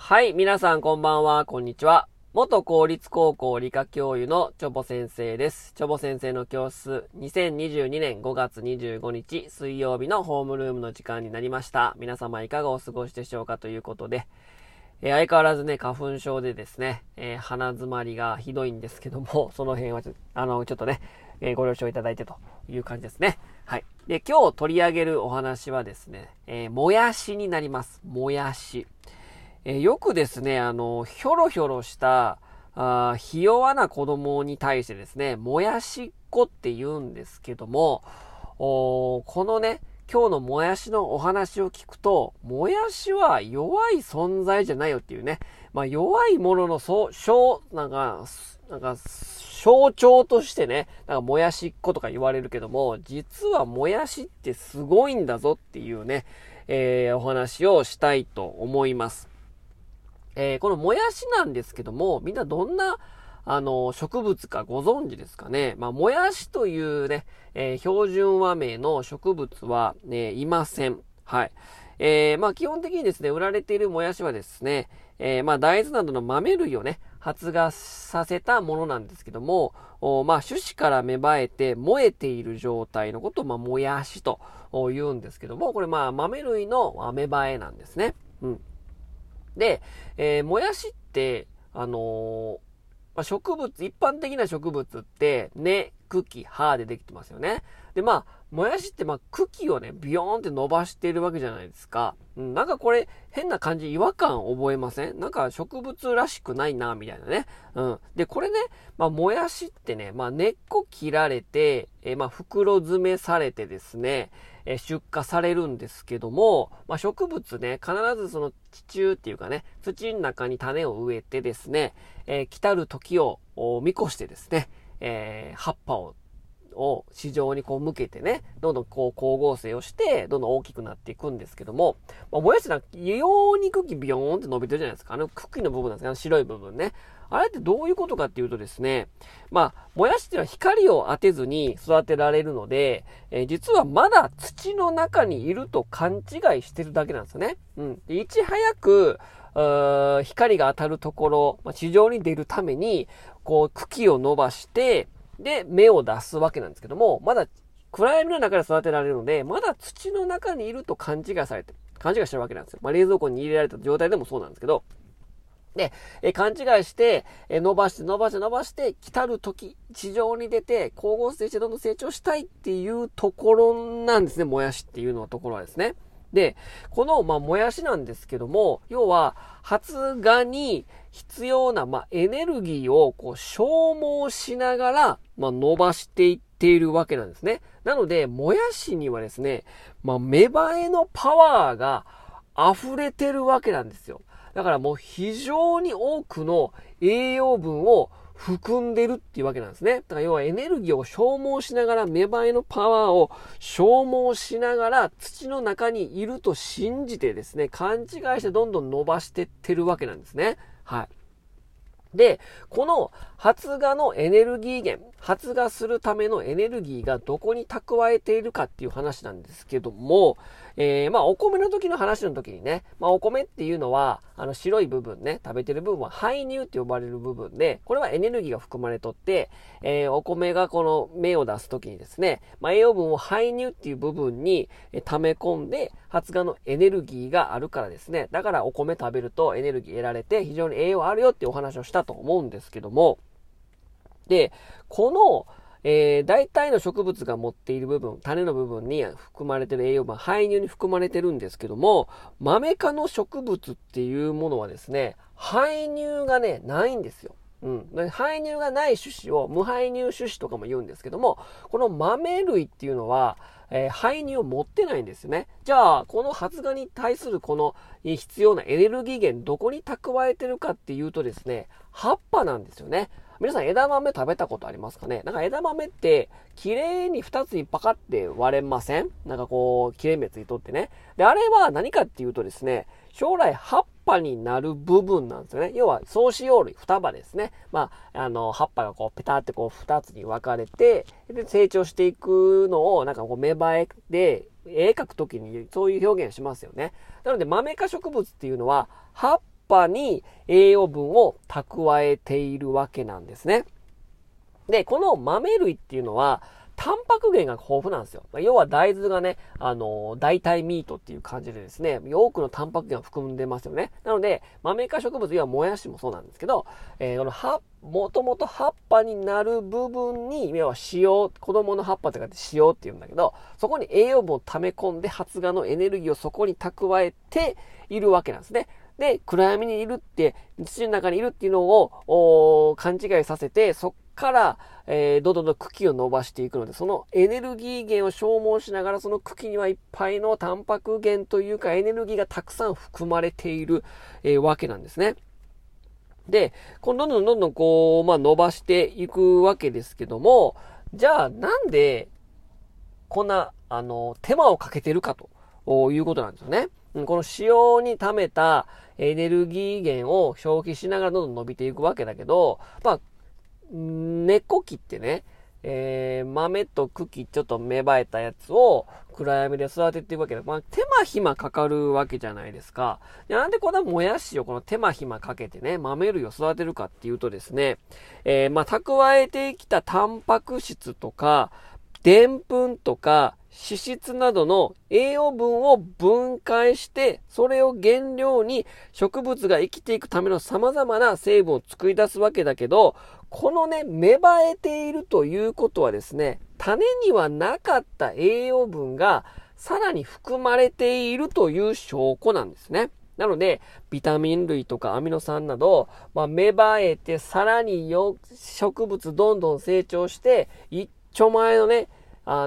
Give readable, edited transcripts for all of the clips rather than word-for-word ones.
はい、皆さんこんばんは、こんにちは。元公立高校理科教諭のチョボ先生です。チョボ先生の教室、2022年5月25日水曜日のホームルームの時間になりました。皆様いかがお過ごしでしょうかということで、相変わらずね、花粉症でですね、鼻詰まりがひどいんですけども、その辺はちょっとね、ご了承いただいてという感じですね。はい。で、今日取り上げるお話はですね、もやしになります。もやし。よくですね、ひょろひょろした、ひ弱な子供に対してですね、もやしっ子って言うんですけども、このね、今日のもやしのお話を聞くと、もやしは弱い存在じゃないよっていうね、弱いものの象徴としてね、もやしっ子とか言われるけども、実はもやしってすごいんだぞっていうね、お話をしたいと思います。このもやしなんですけども、みんなどんな、植物かご存知ですかね。もやしというね、標準和名の植物は、いません。はい。基本的にですね、売られているもやしはですね、大豆などの豆類をね、発芽させたものなんですけども、種子から芽生えて燃えている状態のことを、もやしと言うんですけども、これ豆類の芽生えなんですね。うん。で、もやしって、植物、一般的な植物って、根、茎、葉でできてますよね。で、もやしって茎をね、ビヨーンって伸ばしているわけじゃないですか。なんかこれ、変な感じ、違和感覚えません？なんか植物らしくないな、みたいなね。で、これね、もやしってね、根っこ切られて、袋詰めされてですね、出荷されるんですけども、植物ね、必ずその地中っていうかね、土の中に種を植えてですね、来たる時を見越してですね、葉っぱを市場に向けてね、どんどん光合成をして、どんどん大きくなっていくんですけども、もやしなんか異様に茎ビヨーンって伸びてるじゃないですか。茎の部分なんですか、白い部分ね。あれってどういうことかっていうとですね、もやしっていうのは光を当てずに育てられるので、実はまだ土の中にいると勘違いしてるだけなんですよね。でいち早く、光が当たるところ、地上に出るために、茎を伸ばして、で、芽を出すわけなんですけども、まだ暗闇の中で育てられるので、まだ土の中にいると勘違いしてるわけなんですよ。冷蔵庫に入れられた状態でもそうなんですけど、で、勘違いして、伸ばして、来たる時、地上に出て、光合成してどんどん成長したいっていうところなんですね、もやしっていうのところはですね。で、この、もやしなんですけども、要は、発芽に必要な、エネルギーを消耗しながら、伸ばしていっているわけなんですね。なので、もやしにはですね、芽生えのパワーが溢れてるわけなんですよ。だからもう非常に多くの栄養分を含んでるっていうわけなんですね。だから要はエネルギーを消耗しながら、芽生えのパワーを消耗しながら土の中にいると信じてですね、勘違いしてどんどん伸ばしてってるわけなんですね。はい。で、この発芽のエネルギー源、発芽するためのエネルギーがどこに蓄えているかっていう話なんですけども、お米の時の話の時にね、お米っていうのは、白い部分ね、食べてる部分は胚乳って呼ばれる部分で、これはエネルギーが含まれとって、お米がこの芽を出す時にですね、栄養分を胚乳っていう部分に溜め込んで、発芽のエネルギーがあるからですね、だからお米食べるとエネルギー得られて非常に栄養あるよっていうお話をしたと思うんですけども、で、この、大体の植物が持っている部分、種の部分に含まれている栄養分、胚乳に含まれてるんですけども、マメ科の植物っていうものはですね、胚乳がね、ないんですよ。胚乳がない種子を無胚乳種子とかも言うんですけども、この豆類っていうのは、胚乳を持ってないんですよね。じゃあ、この発芽に対するこの必要なエネルギー源、どこに蓄えてるかっていうとですね、葉っぱなんですよね。皆さん枝豆食べたことありますかね？なんか枝豆って綺麗に2つにパカって割れません？なんか切れ目ついとってね。で、あれは何かっていうとですね、将来葉っぱになる部分なんですよね。要は総子葉類、双葉ですね。葉っぱがペタって2つに分かれて、で、成長していくのをなんか芽生えで、絵描くときにそういう表現しますよね。なので豆科植物っていうのは葉っぱに栄養分を蓄えているわけなんですね。で、この豆類っていうのは、タンパク源が豊富なんですよ。要は大豆がね、代替ミートっていう感じでですね、多くのタンパク源を含んでますよね。なので、豆科植物、要はもやしもそうなんですけど、このもともと葉っぱになる部分に、要は子供の葉っぱとかって子葉って言うんだけど、そこに栄養分を溜め込んで発芽のエネルギーをそこに蓄えているわけなんですね。で、暗闇にいるって、土の中にいるっていうのを勘違いさせて、そっから、どんどん茎を伸ばしていくので、そのエネルギー源を消耗しながら、その茎にはいっぱいのタンパク源というかエネルギーがたくさん含まれている、わけなんですね。で、どんどん伸ばしていくわけですけども、じゃあなんでこんな、手間をかけてるかということなんですよね。この使用に溜めたエネルギー源を消費しながらどんどん伸びていくわけだけど、根っこ切ってね、豆と茎ちょっと芽生えたやつを暗闇で育てていくわけで、手間暇かかるわけじゃないですか。なんでこんなもやしをこの手間暇かけてね、豆類を育てるかっていうとですね、蓄えてきたタンパク質とか、でんぷんとか脂質などの栄養分を分解して、それを原料に植物が生きていくための様々な成分を作り出すわけだけど、このね、芽生えているということはですね、種にはなかった栄養分がさらに含まれているという証拠なんですね。なので、ビタミン類とかアミノ酸など、芽生えてさらに植物どんどん成長して、一丁前のね、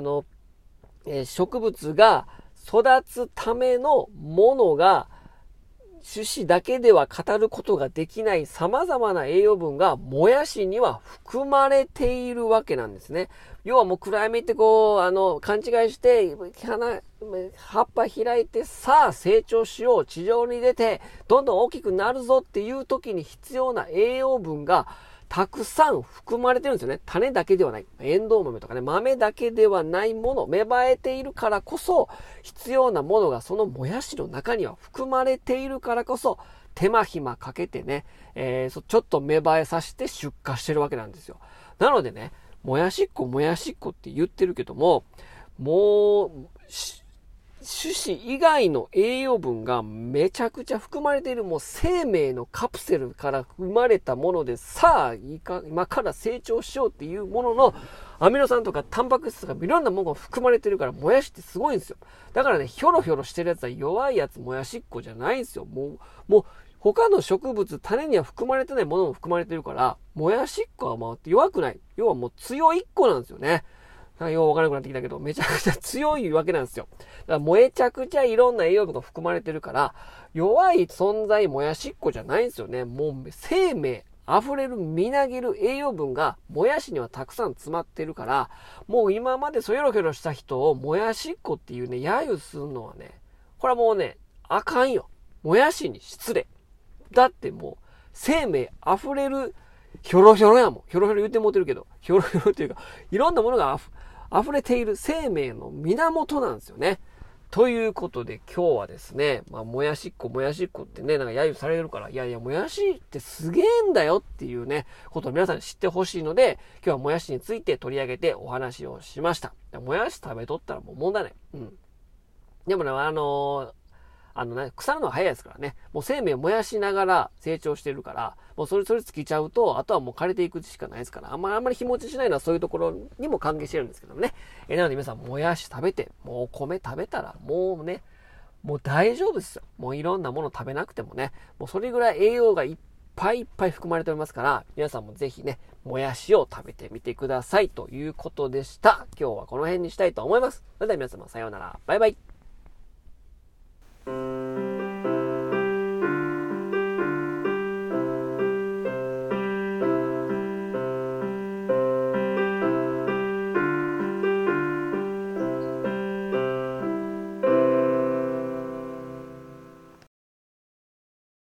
植物が育つためのものが、種子だけでは語ることができない様々な栄養分がもやしには含まれているわけなんですね。要はもう暗闇って勘違いして、葉っぱ開いて、さあ成長しよう、地上に出て、どんどん大きくなるぞっていう時に必要な栄養分が、たくさん含まれてるんですよね。種だけではない。エンドウ豆とかね、豆だけではないもの、芽生えているからこそ、必要なものがそのもやしの中には含まれているからこそ、手間暇かけてね、ちょっと芽生えさせて出荷してるわけなんですよ。なのでね、もやしっこって言ってるけども、もう、種子以外の栄養分がめちゃくちゃ含まれている、もう生命のカプセルから生まれたもので、さあ今から成長しようっていうもののアミノ酸とかタンパク質とかいろんなものが含まれてるから、もやしってすごいんですよ。だからね、ひょろひょろしてるやつは弱いやつ、もやしっこじゃないんですよ。もう他の植物、種には含まれてないものも含まれてるから、もやしっこは弱くない。要はもう強いっこなんですよね。ようわからなくなってきたけど、めちゃくちゃ強いわけなんですよ。だからめちゃくちゃいろんな栄養分が含まれてるから、弱い存在もやしっこじゃないんですよね。もう生命溢れるみなぎる栄養分がもやしにはたくさん詰まってるから、もう今までそよろひょろした人をもやしっこっていうね、揶揄するのはね、これはもうね、あかんよ。もやしに失礼。だってもう生命溢れるひょろひょろやもん。ひょろひょろ言ってもうてるけど、ひょろひょろっていうか、いろんなものが溢れている生命の源なんですよね。ということで今日はですね、もやしっこってね、なんか揶揄されるから、いやいや、もやしってすげえんだよっていうね、ことを皆さんに知ってほしいので、今日はもやしについて取り上げてお話をしました。もやし食べとったらもう問題ない。でもね、腐るのは早いですからね。もう生命を燃やしながら成長してるから、もうそれ尽きちゃうと、あとはもう枯れていくしかないですから、あんまり日持ちしないのはそういうところにも関係してるんですけどもね。なので皆さん、もやし食べて、もうお米食べたら、もうね、もう大丈夫ですよ。もういろんなもの食べなくてもね、もうそれぐらい栄養がいっぱい含まれておりますから、皆さんもぜひね、もやしを食べてみてくださいということでした。今日はこの辺にしたいと思います。それでは皆様、さようなら。バイバイ。